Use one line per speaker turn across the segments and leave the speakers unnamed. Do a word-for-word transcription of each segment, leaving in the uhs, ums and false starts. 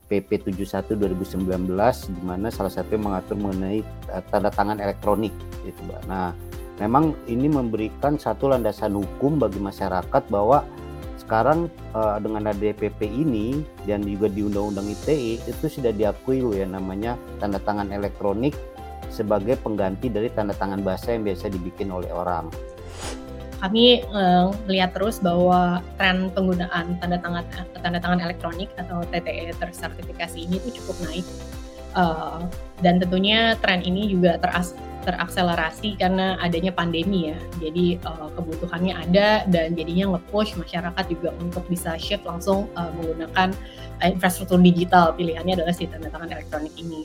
P P tujuh puluh satu dua ribu sembilan belas, di mana salah satunya mengatur mengenai uh, tanda tangan elektronik gitu, Mbak. Nah, memang ini memberikan satu landasan hukum bagi masyarakat bahwa sekarang uh, dengan ada P P ini dan juga di Undang-Undang I T E itu sudah diakui loh ya namanya tanda tangan elektronik sebagai pengganti dari tanda tangan basah yang biasa dibikin oleh orang.
Kami uh, melihat terus bahwa tren penggunaan tanda tangan tanda tangan elektronik atau T T E tersertifikasi ini tuh cukup naik, uh, dan tentunya tren ini juga teras, terakselerasi karena adanya pandemi ya. Jadi uh, kebutuhannya ada dan jadinya nge-push masyarakat juga untuk bisa shift langsung uh, menggunakan uh, infrastruktur digital. Pilihannya adalah si tanda tangan elektronik ini.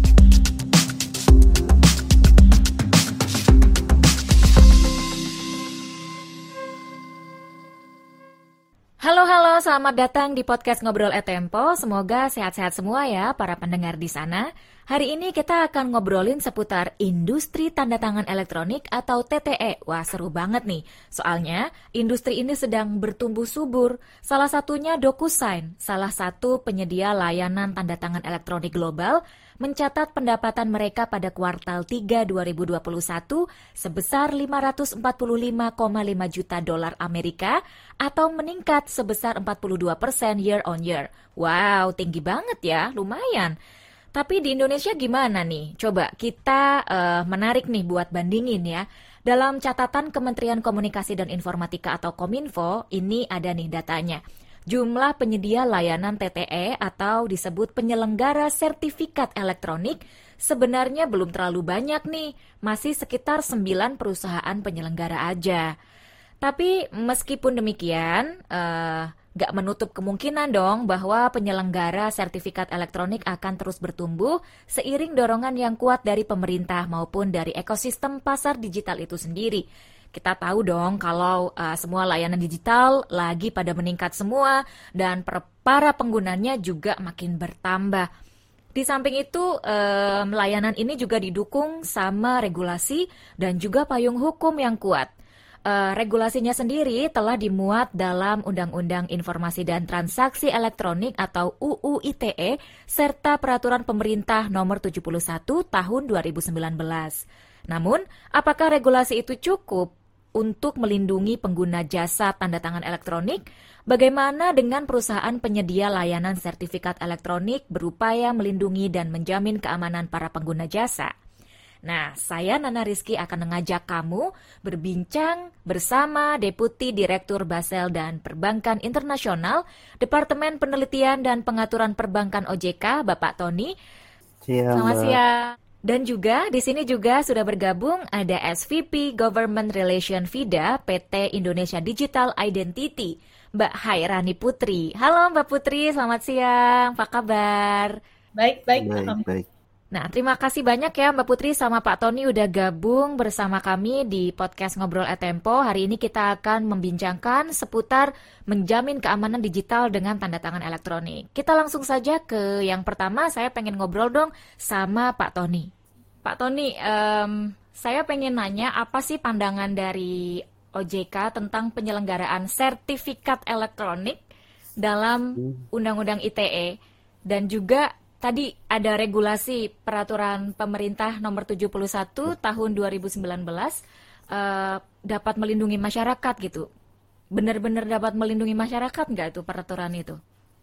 Halo halo, selamat datang di podcast Ngobrol e-Tempo. Semoga sehat-sehat semua ya para pendengar di sana. Hari ini kita akan ngobrolin seputar industri tanda tangan elektronik atau T T E. Wah, seru banget nih. Soalnya industri ini sedang bertumbuh subur. Salah satunya DocuSign, salah satu penyedia layanan tanda tangan elektronik global, mencatat pendapatan mereka pada kuartal tiga dua ribu dua puluh satu sebesar lima ratus empat puluh lima koma lima juta dolar Amerika atau meningkat sebesar empat puluh dua persen year on year. Wow, tinggi banget ya, lumayan. Tapi di Indonesia gimana nih? Coba kita uh, menarik nih buat bandingin ya. Dalam catatan Kementerian Komunikasi dan Informatika atau Kominfo, ini ada nih datanya. Jumlah penyedia layanan T T E atau disebut penyelenggara sertifikat elektronik sebenarnya belum terlalu banyak nih, masih sekitar sembilan perusahaan penyelenggara aja. Tapi meskipun demikian, uh, gak menutup kemungkinan dong bahwa penyelenggara sertifikat elektronik akan terus bertumbuh seiring dorongan yang kuat dari pemerintah maupun dari ekosistem pasar digital itu sendiri. Kita tahu dong kalau uh, semua layanan digital lagi pada meningkat semua dan per- para penggunanya juga makin bertambah. Di samping itu, um, layanan ini juga didukung sama regulasi dan juga payung hukum yang kuat. Uh, regulasinya sendiri telah dimuat dalam Undang-Undang Informasi dan Transaksi Elektronik atau U U I T E serta Peraturan Pemerintah Nomor tujuh puluh satu Tahun dua ribu sembilan belas. Namun, apakah regulasi itu cukup untuk melindungi pengguna jasa tanda tangan elektronik? Bagaimana dengan perusahaan penyedia layanan sertifikat elektronik berupaya melindungi dan menjamin keamanan para pengguna jasa? Nah, saya Nana Rizky akan mengajak kamu berbincang bersama Deputi Direktur Basel dan Perbankan Internasional, Departemen Penelitian dan Pengaturan Perbankan O J K, Bapak Tony.
Siang,
Selamat
Mbak.
siang. Dan juga di sini juga sudah bergabung ada S V P Government Relation FIDA P T Indonesia Digital Identity, Mbak Hairani Putri. Halo Mbak Putri, selamat siang. Apa kabar?
Baik, baik.
Baik, baik.
Nah, terima kasih banyak ya Mbak Putri sama Pak Tony udah gabung bersama kami di podcast Ngobrol e-Tempo. Hari ini kita akan membincangkan seputar menjamin keamanan digital dengan tanda tangan elektronik. Kita langsung saja ke yang pertama, saya pengen ngobrol dong sama Pak Tony. Pak Tony, um, saya pengen nanya apa sih pandangan dari O J K tentang penyelenggaraan sertifikat elektronik dalam Undang-Undang I T E dan juga tadi ada regulasi peraturan pemerintah nomor tujuh puluh satu tahun dua ribu sembilan belas uh, dapat melindungi masyarakat gitu. Benar-benar dapat melindungi masyarakat nggak itu peraturan itu?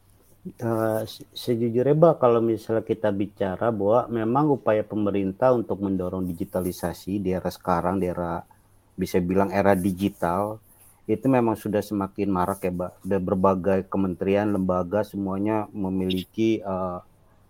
Uh, sejujurnya Mbak, kalau misalnya kita bicara bahwa memang upaya pemerintah untuk mendorong digitalisasi di era sekarang, di era bisa bilang era digital, itu memang sudah semakin marak ya Mbak. Ada berbagai kementerian, lembaga semuanya memiliki uh,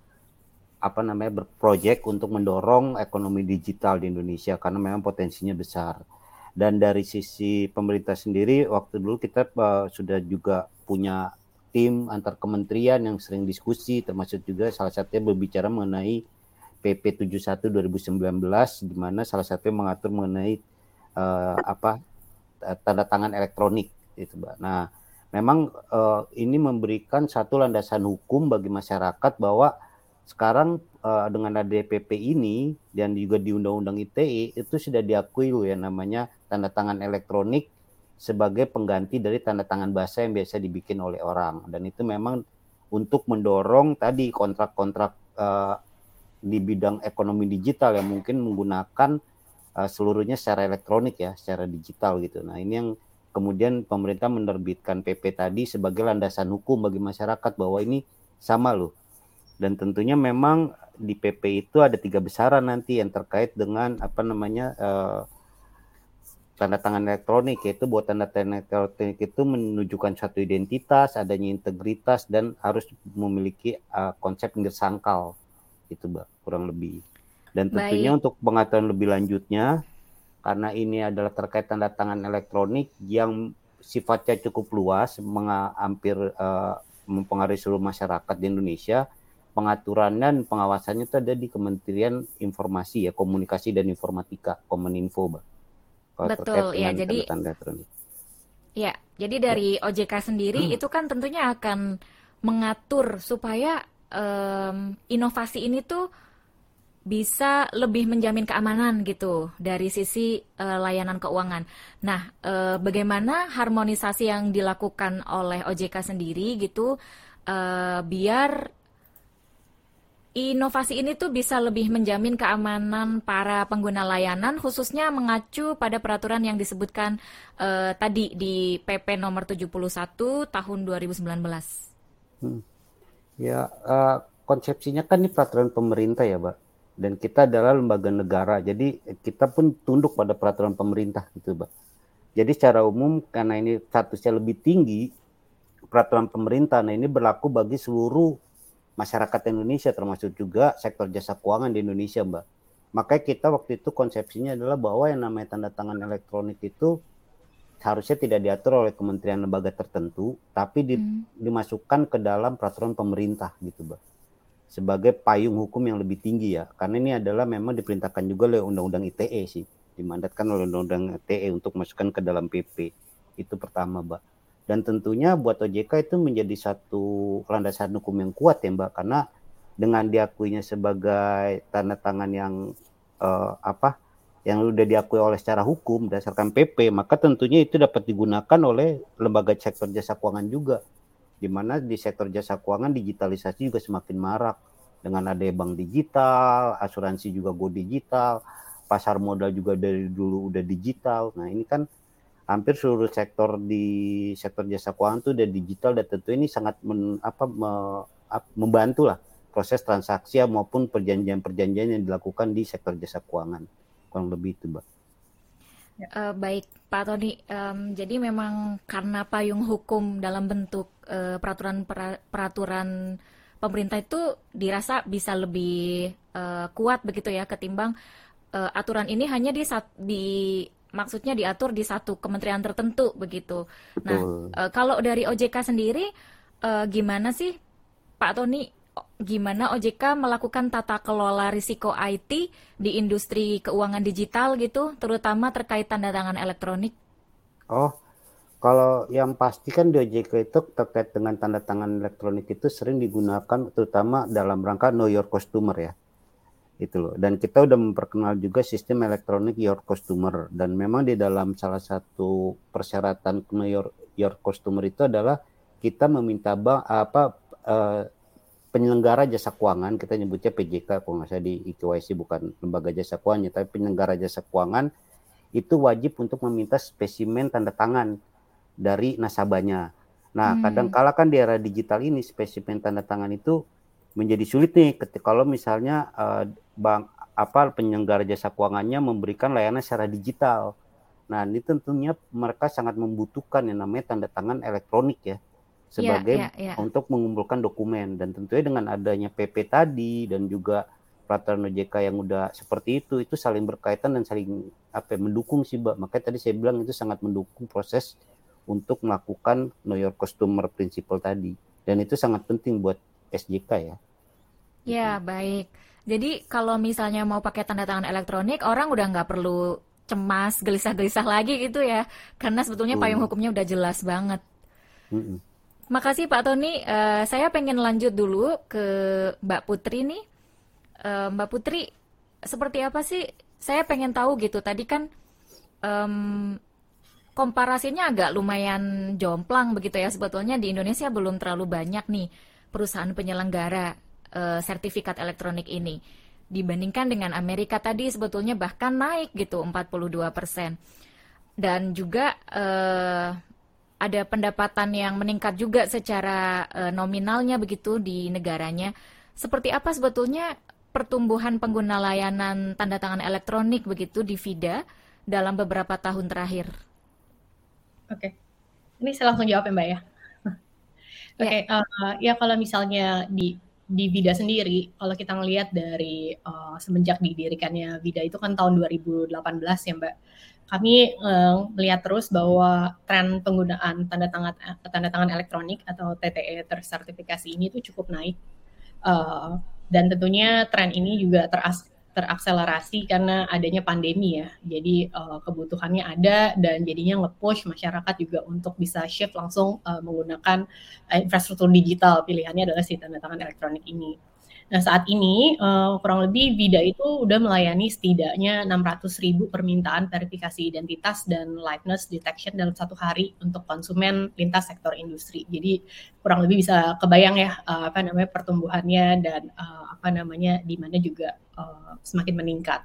apa namanya berprojek untuk mendorong ekonomi digital di Indonesia karena memang potensinya besar. Dan dari sisi pemerintah sendiri, waktu dulu kita uh, sudah juga punya tim antar kementerian yang sering diskusi, termasuk juga salah satunya berbicara mengenai P P tujuh puluh satu dua ribu sembilan belas, di mana salah satunya mengatur mengenai uh, apa tanda tangan elektronik, gitu, Mbak. Nah, memang uh, ini memberikan satu landasan hukum bagi masyarakat bahwa sekarang uh, dengan ada P P ini dan juga di Undang-Undang I T E itu sudah diakui loh ya namanya tanda tangan elektronik sebagai pengganti dari tanda tangan basah yang biasa dibikin oleh orang, dan itu memang untuk mendorong tadi kontrak-kontrak uh, di bidang ekonomi digital yang mungkin menggunakan uh, seluruhnya secara elektronik ya, secara digital gitu. Nah ini yang kemudian pemerintah menerbitkan P P tadi sebagai landasan hukum bagi masyarakat bahwa ini sama loh. Dan tentunya memang di P P itu ada tiga besaran nanti yang terkait dengan apa namanya uh, tanda tangan elektronik, yaitu buat tanda tangan elektronik itu menunjukkan satu identitas, adanya integritas, dan harus memiliki uh, konsep tersangkal, itu Mbak, kurang lebih. Dan tentunya Baik. Untuk pengetahuan lebih lanjutnya, karena ini adalah terkait tanda tangan elektronik yang sifatnya cukup luas, hampir uh, mempengaruhi seluruh masyarakat di Indonesia, pengaturan dan pengawasannya itu ada di Kementerian Informasi ya, Komunikasi dan Informatika, Kominfo, Mbak.
Betul ya, jadi ya, jadi dari O J K sendiri hmm. itu kan tentunya akan mengatur supaya um, inovasi ini tuh bisa lebih menjamin keamanan gitu dari sisi uh, layanan keuangan. Nah, uh, bagaimana harmonisasi yang dilakukan oleh O J K sendiri gitu uh, biar inovasi ini tuh bisa lebih menjamin keamanan para pengguna layanan, khususnya mengacu pada peraturan yang disebutkan uh, tadi di P P nomor tujuh puluh satu tahun dua ribu sembilan belas.
Hmm. Ya, uh, konsepsinya kan ini peraturan pemerintah ya, Mbak. Dan kita adalah lembaga negara, jadi kita pun tunduk pada peraturan pemerintah gitu, Mbak. Jadi secara umum karena ini statusnya lebih tinggi, peraturan pemerintah, nah ini berlaku bagi seluruh masyarakat Indonesia, termasuk juga sektor jasa keuangan di Indonesia, Mbak. Makanya kita waktu itu konsepsinya adalah bahwa yang namanya tanda tangan elektronik itu harusnya tidak diatur oleh kementerian lembaga tertentu, tapi di, hmm. dimasukkan ke dalam peraturan pemerintah gitu, Mbak. Sebagai payung hukum yang lebih tinggi ya. Karena ini adalah memang diperintahkan juga oleh Undang-Undang I T E sih. Dimandatkan oleh Undang-Undang I T E untuk masukkan ke dalam P P. Itu pertama, Mbak. Dan tentunya buat O J K itu menjadi satu landasan hukum yang kuat ya Mbak, karena dengan diakuinya sebagai tanda tangan yang uh, apa yang sudah diakui oleh secara hukum berdasarkan P P, maka tentunya itu dapat digunakan oleh lembaga sektor jasa keuangan juga, di mana di sektor jasa keuangan digitalisasi juga semakin marak dengan adanya bank digital, asuransi juga go digital, pasar modal juga dari dulu udah digital. Nah ini kan hampir seluruh sektor di sektor jasa keuangan itu udah digital, dan tentu ini sangat men, apa, me, membantu lah proses transaksi maupun perjanjian-perjanjian yang dilakukan di sektor jasa keuangan. Kurang lebih itu, Mbak.
Uh, baik, Pak Tony. Um, jadi memang karena payung hukum dalam bentuk uh, peraturan peraturan pemerintah itu dirasa bisa lebih uh, kuat begitu ya ketimbang uh, aturan ini hanya di di maksudnya diatur di satu kementerian tertentu begitu. Nah, e, kalau dari O J K sendiri e, gimana sih Pak Tony, gimana O J K melakukan tata kelola risiko I T di industri keuangan digital gitu, terutama terkait tanda tangan elektronik?
Oh, kalau yang pasti kan di O J K itu terkait dengan tanda tangan elektronik itu sering digunakan terutama dalam rangka know your customer ya. Itu loh. Dan kita udah memperkenal juga sistem elektronik your customer, dan memang di dalam salah satu persyaratan your, your customer itu adalah kita meminta bank apa eh, penyelenggara jasa keuangan, kita nyebutnya P J K kalau nggak salah di I K Y C, bukan lembaga jasa keuangan, tapi penyelenggara jasa keuangan itu wajib untuk meminta spesimen tanda tangan dari nasabahnya. Nah hmm. kadang-kala kan di era digital ini spesimen tanda tangan itu menjadi sulit nih ketika kalau misalnya uh, bank apa penyelenggara jasa keuangannya memberikan layanan secara digital. Nah, ini tentunya mereka sangat membutuhkan yang namanya tanda tangan elektronik ya sebagai yeah, yeah, yeah. untuk mengumpulkan dokumen, dan tentunya dengan adanya P P tadi dan juga peraturan O J K yang udah seperti itu itu saling berkaitan dan saling apa mendukung sih, Mbak. Makanya tadi saya bilang itu sangat mendukung proses untuk melakukan know your customer principle tadi, dan itu sangat penting buat S J K ya.
Ya, baik. Jadi kalau misalnya mau pakai tanda tangan elektronik, orang udah nggak perlu cemas, gelisah-gelisah lagi gitu ya. Karena sebetulnya payung hukumnya udah jelas banget. Mm-mm. Makasih Pak Tony. Uh, saya pengen lanjut dulu ke Mbak Putri nih. Uh, Mbak Putri, seperti apa sih? Saya pengen tahu gitu. Tadi kan um, komparasinya agak lumayan jomplang begitu ya. Sebetulnya di Indonesia belum terlalu banyak nih perusahaan penyelenggara uh, sertifikat elektronik ini. Dibandingkan dengan Amerika tadi sebetulnya bahkan naik gitu empat puluh dua persen. Dan juga uh, ada pendapatan yang meningkat juga secara uh, nominalnya begitu di negaranya. Seperti apa sebetulnya pertumbuhan pengguna layanan tanda tangan elektronik begitu di VIDA dalam beberapa tahun terakhir?
Oke, ini saya langsung jawab ya Mbak ya. Oke, okay,
ya.
Uh, ya kalau misalnya di di VIDA sendiri, kalau kita ngelihat dari uh, semenjak didirikannya VIDA itu kan tahun dua ribu delapan belas ya Mbak, kami uh, melihat terus bahwa tren penggunaan tanda tangan tanda tangan elektronik atau T T E tersertifikasi ini tuh cukup naik, uh, dan tentunya tren ini juga teras terakselerasi karena adanya pandemi ya. Jadi uh, kebutuhannya ada dan jadinya nge-push masyarakat juga untuk bisa shift langsung uh, menggunakan uh, infrastruktur digital. Pilihannya adalah si tanda tangan elektronik ini. Nah saat ini uh, kurang lebih VIDA itu udah melayani setidaknya enam ratus ribu permintaan verifikasi identitas dan liveness detection dalam satu hari untuk konsumen lintas sektor industri. Jadi kurang lebih bisa kebayang ya uh, apa namanya pertumbuhannya dan uh, apa namanya di mana juga uh, semakin meningkat.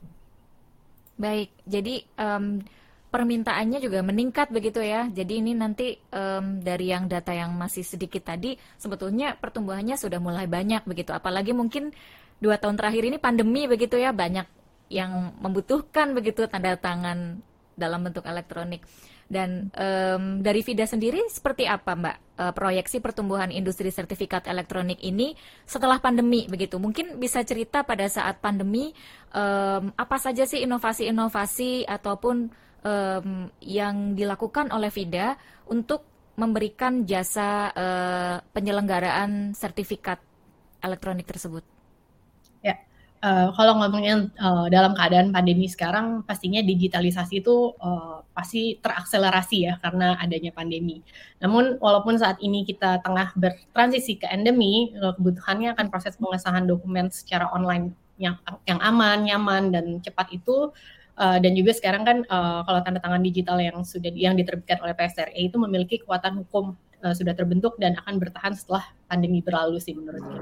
Baik, jadi um, permintaannya juga meningkat begitu ya. Jadi ini nanti um, dari yang data yang masih sedikit tadi, sebetulnya pertumbuhannya sudah mulai banyak begitu. Apalagi mungkin dua tahun terakhir ini pandemi begitu ya, banyak yang membutuhkan begitu tanda tangan dalam bentuk elektronik. Dan um, dari VIDA sendiri seperti apa Mbak uh, proyeksi pertumbuhan industri sertifikat elektronik ini setelah pandemi begitu? Mungkin bisa cerita pada saat pandemi um, apa saja sih inovasi-inovasi ataupun um, yang dilakukan oleh VIDA untuk memberikan jasa uh, penyelenggaraan sertifikat elektronik tersebut?
Ya. Uh, kalau ngomongin uh, dalam keadaan pandemi sekarang, pastinya digitalisasi itu uh, pasti terakselerasi ya karena adanya pandemi. Namun walaupun saat ini kita tengah bertransisi ke endemi, uh, kebutuhannya akan proses pengesahan dokumen secara online yang yang aman, nyaman dan cepat itu. Uh, dan juga sekarang kan uh, kalau tanda tangan digital yang sudah yang diterbitkan oleh P S R E itu memiliki kekuatan hukum uh, sudah terbentuk dan akan bertahan setelah pandemi berlalu sih menurut saya.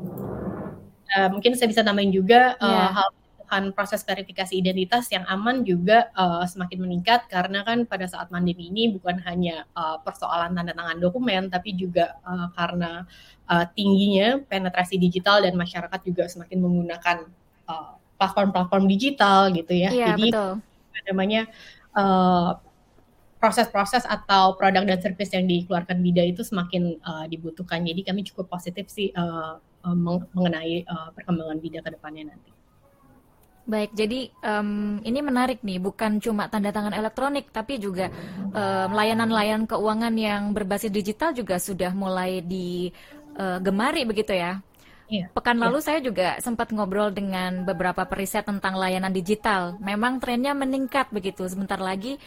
Uh, mungkin saya bisa tambahin juga uh, yeah. hal hal proses verifikasi identitas yang aman juga uh, semakin meningkat karena kan pada saat pandemi ini bukan hanya uh, persoalan tanda tangan dokumen tapi juga uh, karena uh, tingginya penetrasi digital dan masyarakat juga semakin menggunakan uh, platform-platform digital gitu ya.
Yeah,
jadi
betul.
namanya uh, proses-proses atau produk dan service yang dikeluarkan VIDA itu semakin uh, dibutuhkan. Jadi kami cukup positif sih uh, mengenai uh, perkembangan VIDA ke depannya nanti.
Baik, jadi um, ini menarik nih, bukan cuma tanda tangan elektronik, tapi juga um, layanan-layanan keuangan yang berbasis digital juga sudah mulai digemari uh, begitu ya.
Iya,
Pekan
iya.
lalu saya juga sempat ngobrol dengan beberapa periset tentang layanan digital. Memang trennya meningkat begitu. Sebentar lagi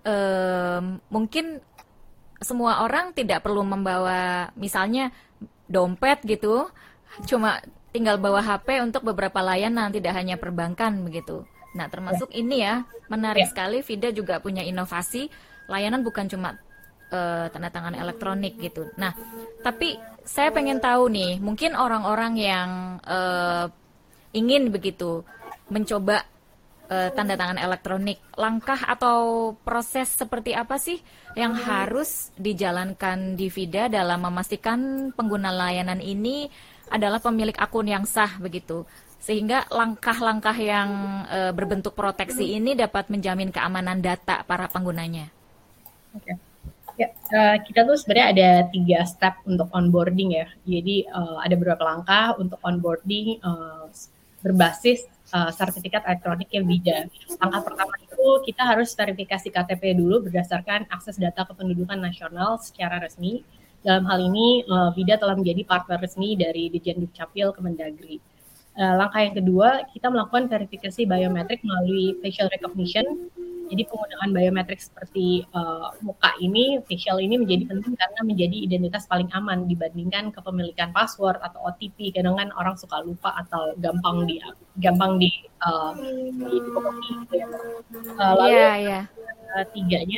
um, mungkin semua orang tidak perlu membawa misalnya dompet gitu. Cuma tinggal bawa H P untuk beberapa layanan, tidak hanya perbankan begitu. Nah, termasuk ya. ini ya, menarik ya. sekali VIDA juga punya inovasi, layanan bukan cuma uh, tanda tangan elektronik gitu. Nah, tapi saya pengen tahu nih, mungkin orang-orang yang uh, ingin begitu mencoba uh, tanda tangan elektronik, langkah atau proses seperti apa sih yang harus dijalankan di VIDA dalam memastikan pengguna layanan ini adalah pemilik akun yang sah begitu, sehingga langkah-langkah yang e, berbentuk proteksi ini dapat menjamin keamanan data para penggunanya.
Oke, ya uh, kita tuh sebenarnya ada tiga step untuk onboarding ya. Jadi uh, ada beberapa langkah untuk onboarding uh, berbasis uh, sertifikat elektronik yang VIDA. Langkah pertama itu kita harus verifikasi K T P dulu berdasarkan akses data kependudukan nasional secara resmi. Dalam hal ini, uh, VIDA telah menjadi partner resmi dari Ditjen Dukcapil Kemendagri. Uh, langkah yang kedua, kita melakukan verifikasi biometrik melalui facial recognition. Jadi penggunaan biometrik seperti uh, muka ini, facial ini menjadi penting karena menjadi identitas paling aman dibandingkan kepemilikan password atau O T P. Kadang kan orang suka lupa atau gampang di gampang di uh, di, di gitu ya. Uh, lalu
yeah, yeah.
Uh, tiganya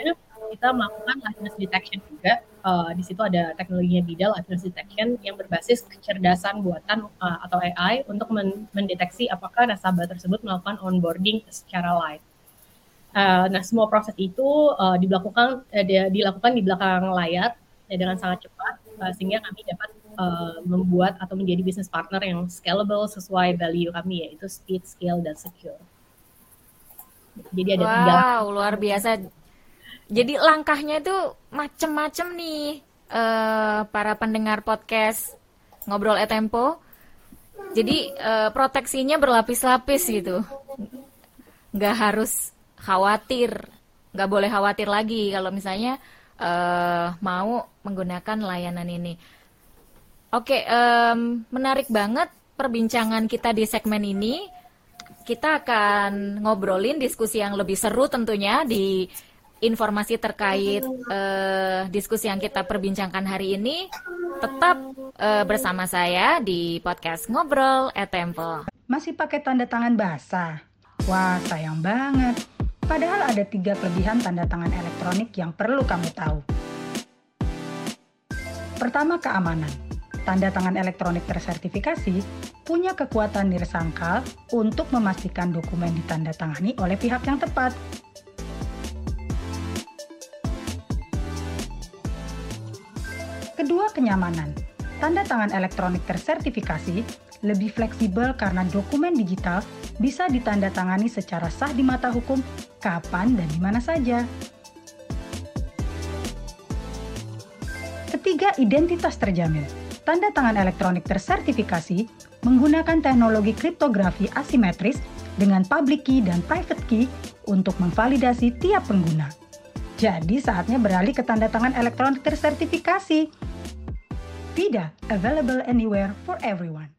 kita melakukan liveness detection juga. Uh, di situ ada teknologinya B I D A, liveness detection, yang berbasis kecerdasan buatan uh, atau A I untuk men- mendeteksi apakah nasabah tersebut melakukan onboarding secara live. Uh, nah, semua proses itu uh, dilakukan uh, dilakukan di belakang layar ya, dengan sangat cepat, uh, sehingga kami dapat uh, membuat atau menjadi business partner yang scalable sesuai value kami, yaitu speed, scale, dan secure. Jadi ada
wow,
tiga.
Wow, luar biasa. Jadi langkahnya itu macem-macem nih, uh, para pendengar podcast Ngobrol e-Tempo. Jadi uh, proteksinya berlapis-lapis gitu. Nggak harus khawatir, nggak boleh khawatir lagi kalau misalnya uh, mau menggunakan layanan ini. Oke, um, menarik banget perbincangan kita di segmen ini. Kita akan ngobrolin diskusi yang lebih seru tentunya di informasi terkait uh, diskusi yang kita perbincangkan hari ini. Tetap uh, bersama saya di podcast Ngobrol e-Tempo.
Masih pakai tanda tangan basah? Wah, sayang banget. Padahal ada tiga kelebihan tanda tangan elektronik yang perlu kamu tahu. Pertama, keamanan. Tanda tangan elektronik tersertifikasi punya kekuatan nirsangkal untuk memastikan dokumen ditandatangani oleh pihak yang tepat. Kedua, kenyamanan. Tanda tangan elektronik tersertifikasi lebih fleksibel karena dokumen digital bisa ditandatangani secara sah di mata hukum kapan dan di mana saja. Ketiga, identitas terjamin. Tanda tangan elektronik tersertifikasi menggunakan teknologi kriptografi asimetris dengan public key dan private key untuk memvalidasi tiap pengguna. Jadi saatnya beralih ke tanda tangan elektronik tersertifikasi. B I D A, available anywhere for everyone.